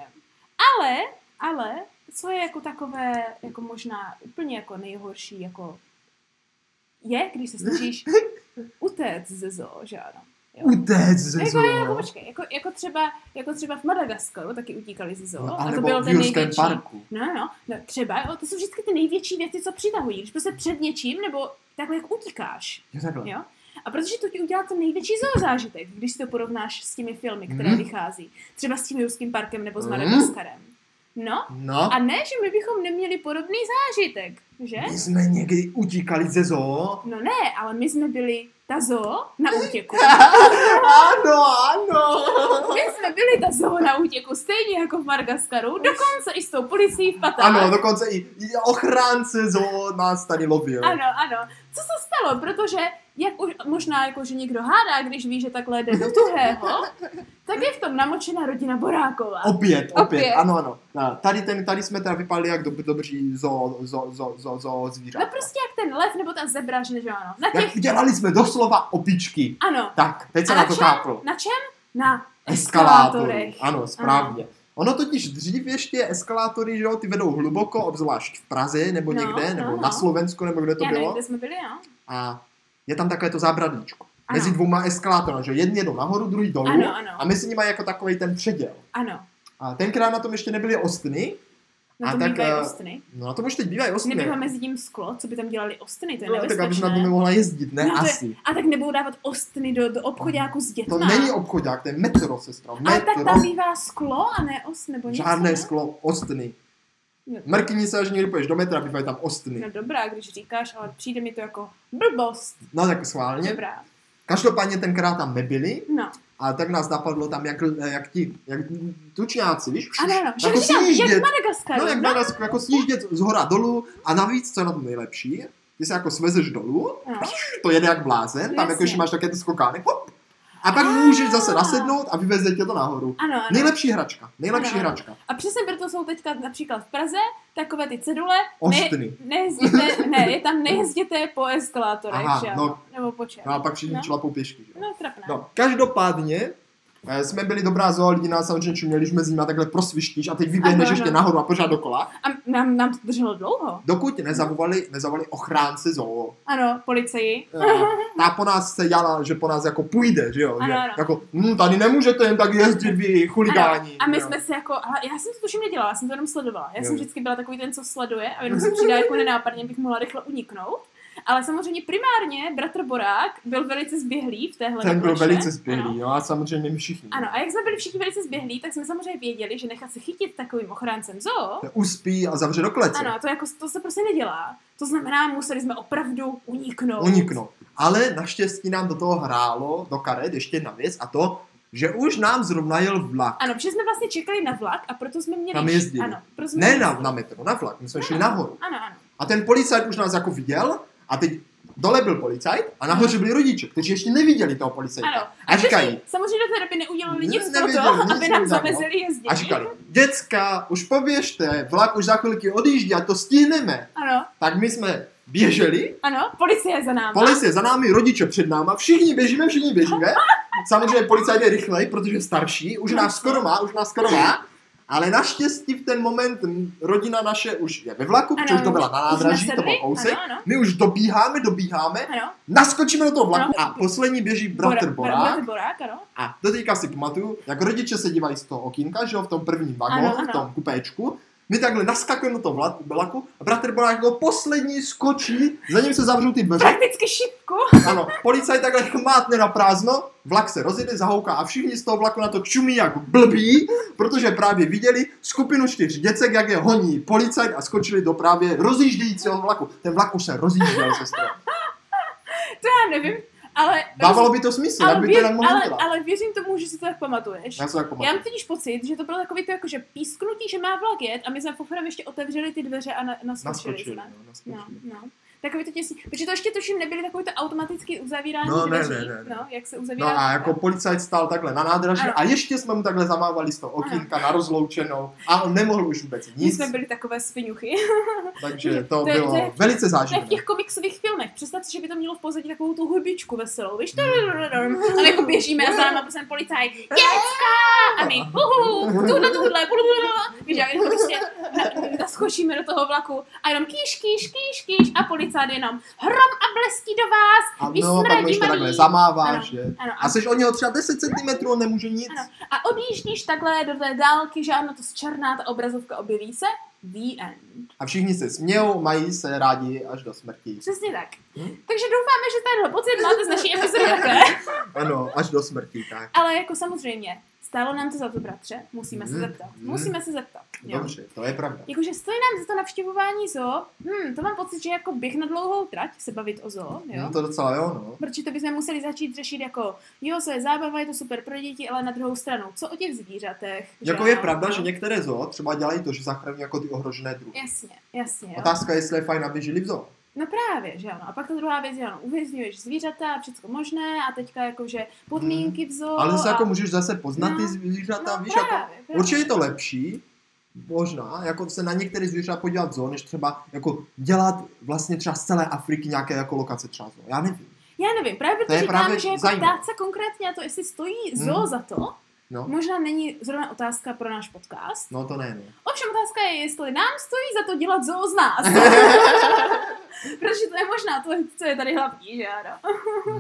Ale, co je jako takové, jako možná úplně jako nejhorší, jako je, když se snažíš utéct ze zoo, že ano. Utéct ze zoo? Jako počkej, jako třeba v Madagaskaru taky utíkali ze zoo. No, a to bylo ten největší. Parku. No, třeba, to jsou vždycky ty největší věci, co přitahují. Když prostě před něčím, nebo takhle jak utíkáš. Jo? A protože to ti udělá ten největší zoo zážitek, když si to porovnáš s těmi filmy, které vychází. Třeba s tím Jurským parkem nebo s Madagaskarem. No, a ne, že my bychom neměli podobný zážitek, že? My jsme někdy utíkali ze zoo. No ne, ale my jsme byli ta zoo na útěku. Ano. My jsme byli ta zoo na útěku, stejně jako v Madagaskaru, dokonce i s tou policií v patách. Ano, dokonce i ochránce zoo nás tady lovil. Ano. Co se stalo? Protože jak už možná jako, že někdo hádá, když ví, že takhle jde do tuhého, tak je v tom namočená rodina Boráková. Opět. Ano. Tady jsme teda vypadali jak dobří zoo zvířata. No prostě jak ten lev nebo ta zebra, že ano. Jak dělali jsme doslova opičky. Ano. Tak, teď se na to kápl. Na čem? Na eskalátorech. Ano, správně. Ono totiž dřív ještě eskalátory, že jo, ty vedou hluboko, obzvlášť v Praze, nebo někde, nebo na Slovensku, nebo kde to bylo. Kde jsme byli, jo. A je tam takové to zábradlíčko. Mezi dvouma eskalátory, že jedni jedou nahoru, druhý dolů. Ano. A mezi nimi jako takovej ten předěl. Ano. A tenkrát na tom ještě nebyly ostny. Na tom bývají ostny. No na tom už teď bývají ostny. Nebývá mezi tím sklo, co by tam dělali ostny, to je nebezpečné. Tak abys na to nemohla jezdit, ne? Asi. A tak nebudou dávat ostny do obchoďáku s dětma. To není obchoďák, to je metro, sestra. Ale tak tam bývá sklo a ne ostny, nebo něco. Žádné sklo, ostny. Mrkni se, až někdy půjdeš do metra, bývají tam ostny. No dobrá, když říkáš, ale přijde mi to jako blbost. No tak schválně. Dobrá. Každopádně tenkrát tam nebyli. No. A tak nás napadlo tam, jak tučňáci, víš? Ano, jako jak v Madagaskaru. No, jak v Madagaskaru, jako sjíždět z hora dolů a navíc, co je na tom nejlepší, ty se jako svezeš dolů, to jede jak blázen, tam jako, že máš také ty skokány, hop, a pak můžeš zase nasednout a vyveze tě to nahoru. Ano. Nejlepší hračka. A přesně proto jsou teďka například v Praze takové ty cedule. Ostny. Je tam nejezděte po eskalátorech, že ano? Nebo po čem. No a pak všichni šlapou pěšky, že? No, trapné. No, každopádně jsme byli dobrá zoo, lidi nás samozřejmě čuměli, že mezi nimi takhle prosvištíš a teď vyběhneš ještě nahoru a pořád dokola. A nám to drželo dlouho. Dokud nezavolali ochránci zoo. Ano, policii. A po nás se jala, že po nás jako půjde, že jo? Ano. Jako, tady nemůžete jen tak jezdit vy chuligáni. A my jsme se jako, ale já jsem to tuším nedělala, já jsem to jenom sledovala. Já jsem vždycky byla takový ten, co sleduje a jenom se přidá jako nenápadně, bych mohla rychle uniknout. Ale samozřejmě primárně bratr Borák byl velice zběhlý v téhle Ten byl velice zběhlý, jo, a samozřejmě my všichni. Ano, a jak jsme byli všichni velice zběhlí, tak jsme samozřejmě věděli, že nechat se chytit takovým ochráncem zoo. To uspí a zavře do klece. Ano, to se prostě nedělá. To znamená, museli jsme opravdu uniknout. Ale naštěstí nám do toho hrálo, do karet, ještě jedna věc, a to, že už nám zrovna jel vlak. Ano, protože jsme vlastně čekali na vlak a proto jsme měli... Tam jezdili. Ano, ne na metro, na vlak, my jsme šli nahoru. Ano. A ten policajt už nás jako viděl a teď dole byl policajt a nahoře byli rodiče, kteří ještě neviděli toho policajta. Ano. A říkají... Samozřejmě do té doby neudělali nic pro to, aby nám zamezili jezdit. A říkali, děcka, už poběžte, vlak už za chvilky odjíždí a to stihneme. Ano. Tak my jsme běželi. Ano, policie je za náma. Policie za námi, rodiče před náma, všichni běžíme. Samozřejmě policajt je rychlej, protože je starší, už nás skoro má. Ale naštěstí v ten moment rodina naše už je ve vlaku, protože už to byla na nádraží, to byl kousek. My už dobíháme, naskočíme do toho vlaku a poslední běží bratr Borák. A do teďka si pamatuju, jak rodiče se dívají z toho okýnka, že jo, v tom prvním vagónu, v tom kupéčku. My takhle naskakujeme do toho vlaku a bratr Borák jako poslední skočí, za ním se zavřou ty dveře. Prakticky šipku. Ano, policajt takhle chmátne na prázdno, vlak se rozjede, zahouká a všichni z toho vlaku na to čumí jako blbí, protože právě viděli skupinu 4 děcek, jak je honí policajt a skočili do právě rozjíždějícího vlaku. Ten vlak už se rozjížděl, sestro. To já nevím. Ale dávalo by to smysl, jak by to tak mohlo dělat. Ale věřím tomu, že si to tak pamatuješ. Já mám totiž pocit, že to bylo takový to jako, že písknutí, že má vlak jet a my jsme pochodem ještě otevřeli ty dveře a naskočili jsme. No. Takový to těsný. Protože to ještě tuším nebyly takový to automatický uzavírání dveří. Ne. No, jak se uzavírá. No a jako policajt stál takhle na nádraží a ještě jsme mu takhle zamávali z toho okýnka na rozloučenou a on nemohl už vůbec nic. My jsme byli takové sviňuchy. Takže to bylo velice záživné. To je v těch komiksových filmech. Představte si, že by to mělo v pozadí takovou tu hudbičku veselou, víš? A my jako běžíme a za náma prostě policajt. Děcka! A my tuhle. Víš, a my prostě naskočíme do toho vlaku a jenom kýš a policajt jenom hrom a bleský do vás. Ano, pak mu ještě takhle zamáváš, že? A seš od něho třeba 10 cm, on nemůže nic. Ano. A odjíždíš takhle do té dálky, že ano, to černá ta obrazovka objeví se. The end. A všichni se smějou, mají se rádi až do smrti. Přesně tak. Takže doufáme, že tenhle pocit máte z naší epizody také. Ano, až do smrti, tak. Ale jako samozřejmě, stálo nám to za to, bratře. Musíme se zeptat. Dobře, to je pravda. Jakože stojí nám za to navštěvování zoo. To mám pocit, že jako běh na dlouhou trať se bavit o zoo, jo? No to docela jo, no. Protože to bychom museli začít řešit jako, jo, co je zábava, je to super pro děti, ale na druhou stranu, co o těch zvířatech? Jako je pravda, že některé zoo třeba dělají to, že zachrání jako ty ohrožené druhy. Jasně. Jo. Otázka je, jestli je fajn, aby žili v zoo. No právě, že ano. A pak ta druhá věc je, ano, uvězňuješ zvířata a všechno možné a teďka jakože podmínky v zoo. Ale se jako můžeš zase poznat ty zvířata, víš, právě, jako určitě je to lepší, možná, jako se na některé zvířata podívat zoo, než třeba jako dělat vlastně třeba z celé Afriky nějaké jako lokace třeba zoo. Já nevím, právě to říkám, že jako ptát se konkrétně na to, jestli stojí zoo za to, možná není zrovna otázka pro náš podcast. No to ne. Ovšem otázka je, jestli nám stojí za to dělat zoo z nás. Protože to je možná to, co je tady hlavní, že ano.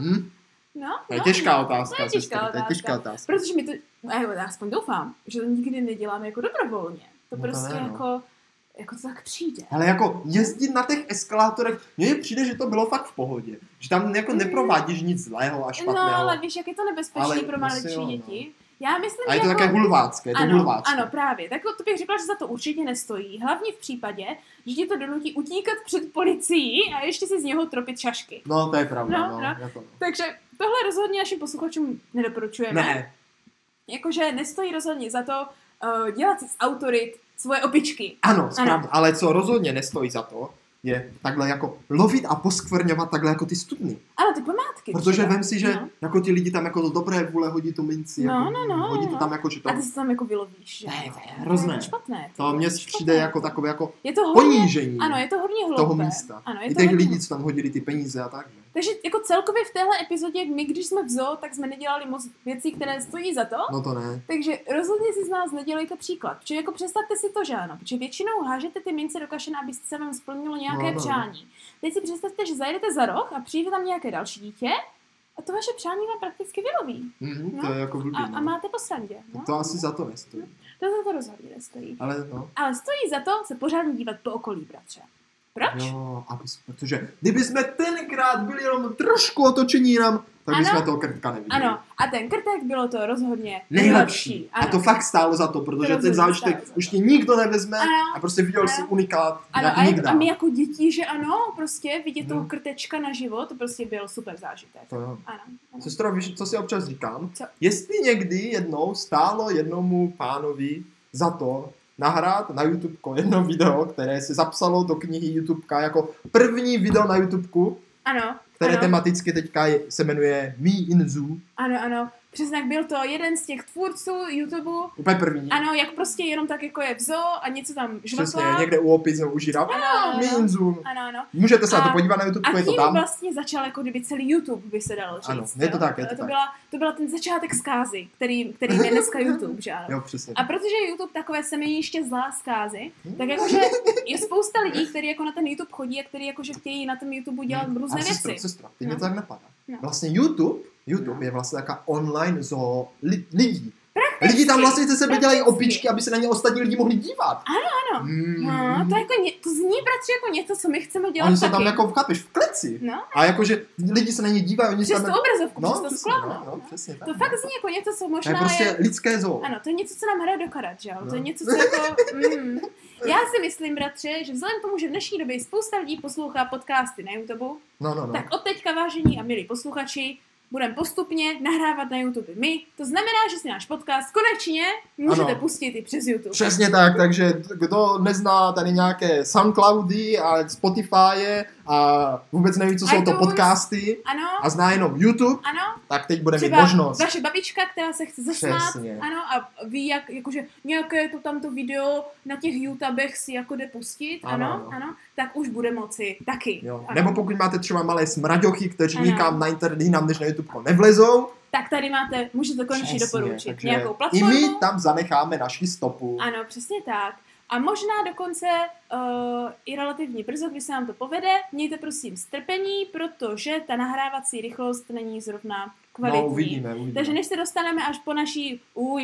To je těžká otázka. To je těžká otázka. Protože my to, já aspoň doufám, že to nikdy neděláme jako dobrovolně. To prostě jako to tak přijde. Ale jako jezdit na těch eskalátorech, mně přijde, že to bylo fakt v pohodě. Že tam jako neprovádíš nic zlého a špatného. No, ale víš, jak je to nebezpečné pro maličší děti. Já myslím, a je to jako... také hulvácké, Ano, právě. Tak to bych řekla, že za to určitě nestojí. Hlavně v případě, že ti to donutí utíkat před policií a ještě si z něho tropit šašky. No, to je pravda. Takže tohle rozhodně našim posluchačům nedoporučujeme. Ne. Jakože nestojí rozhodně za to dělat si z autorit svoje opičky. Ano, správně, ale co rozhodně nestojí za to, je takhle jako lovit a poskvrňovat takhle jako ty studny. Ano, ty památky. Protože vem si, že jako ti lidi tam jako do dobré vůle hodí tu minci. Hodí to tam jako, že to... A ty se tam jako vylovíš, že? Ne, to je hrozné. Špatné. To mně přijde jako takové jako hodně, ponížení. Ano, je to hodně hloupé. Toho místa. Ano, i těch lidí, co tam hodili ty peníze a tak. Takže jako celkově v téhle epizodě, my když jsme v zoo, tak jsme nedělali moc věcí, které stojí za to. No to ne. Takže rozhodně si z nás nedělejte příklad. Protože jako představte si to, že ano. Protože většinou hážete ty mince do kaše, aby se vám splnilo nějaké přání. Teď si představte, že zajedete za roh a přijde tam nějaké další dítě a to vaše přání vám prakticky vyloví. To je jako blbý. A máte po srandě. To asi za to nestojí. To za to rozhodně nestojí. Ale stojí za to se pořádně dívat po okolí, bratře. Proč? Jo, protože kdyby jsme tenkrát byli jenom trošku otočení jinam, tak bychom toho krtka neviděli. Ano, a ten krtek bylo to rozhodně nejlepší. A to fakt stálo za to, protože ten zážitek už ti nikdo nevezme a prostě viděl si unikát nikdy. A my jako děti, že ano, prostě vidět toho krtečka na život, to prostě byl super zážitek. To jo. Ano. Sestro, víš, co si občas říkám? Co? Jestli někdy jednou stálo jednomu pánovi za to nahrát na YouTubeku jedno video, které se zapsalo do knihy YouTubeka jako první video na YouTubeku. Ano. které tematicky teďka se jmenuje Me in Zoo. Ano. Přesně jak byl to jeden z těch tvůrců YouTube. Úplně první. Ano, jak prostě jenom tak jako je v zoo a něco tam žvatlá. Přesně, někde u opic nebo u žirav. Me in Zoo. Ano. Můžete se na to podívat na YouTube, je to tam. A tím vlastně začal jako kdyby celý YouTube, by se dalo říct. Ano, je to tak. To byla ten začátek zkázy, který je dneska YouTube, že ano. Jo, přesně. A protože YouTube takové semeniště zlá zkázy, tak jakože je spousta lidí, kteří jako na ten YouTube chodí a kteří jakože chtějí na tom YouTube dělat různé věci. Sestro, ty mě to tak napadá. Vlastně YouTube je vlastně taková online zoo lidí. Prakticky, lidi tam vlastně ze sebe dělají opičky, aby se na ně ostatní lidi mohli dívat. Ano. To, jako to zní bratři jako něco, co my chceme dělat. Oni jsou tam jako v kleci. No. A jakože lidi se na ně dívají. Přes tu obrazovku, přes to sklo. No, přesně tak. To fakt zní jako něco, co možná je prostě lidské zoo. Ano, to je něco, co nám hraje do karat, že jo? To je něco, co jako... Já si myslím, bratře, že vzhledem k tomu, že v dnešní době spousta lidí poslouchá podcasty na YouTube, tak od teďka, vážení a milí posluchači, budeme postupně nahrávat na YouTube my. To znamená, že si náš podcast konečně můžete pustit i přes YouTube. Přesně tak, takže kdo nezná tady nějaké Soundcloudy a Spotify a vůbec neví, co jsou to podcasty a zná jenom YouTube, tak teď bude mít možnost. Vaše babička, která se chce zasmát, a ví, jak, jakože nějaké to tamto video na těch YouTubech si jako jde pustit, tak už bude moci taky. Nebo pokud máte třeba malé smraďochy, kteří nikam na internet jinam než na YouTube nevlezou, tak tady můžete konečně doporučit nějakou platformu. I my tam zanecháme naši stopu. Ano, přesně tak. A možná dokonce i relativně brzo, když se nám to povede, mějte prosím strpení, protože ta nahrávací rychlost není zrovna kvalitní. No, uvidíme. Takže než se dostaneme až po naší,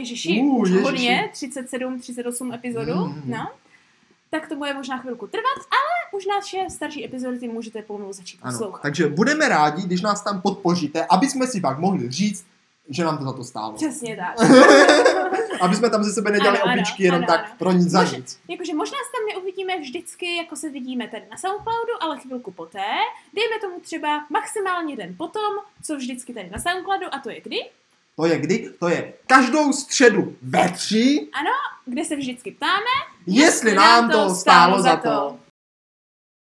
hodně, 37, 38 epizodu, tak to bude možná chvilku trvat, ale už naše starší epizody můžete pomalu začít poslouchat. Takže budeme rádi, když nás tam podpoříte, aby jsme si pak mohli říct, že nám to za to stálo. Přesně tak. Aby jsme tam ze sebe nedělali opičky jenom tak pro nic za nic. Jakože možná se tam neuvidíme vždycky, jako se vidíme tady na Soundcloudu, ale chvilku poté. Dejme tomu třeba maximálně den potom, co vždycky tady na Soundcloudu, a to je kdy? To je každou středu ve 3. Ano, kde se vždycky ptáme, jestli nám to stálo za to.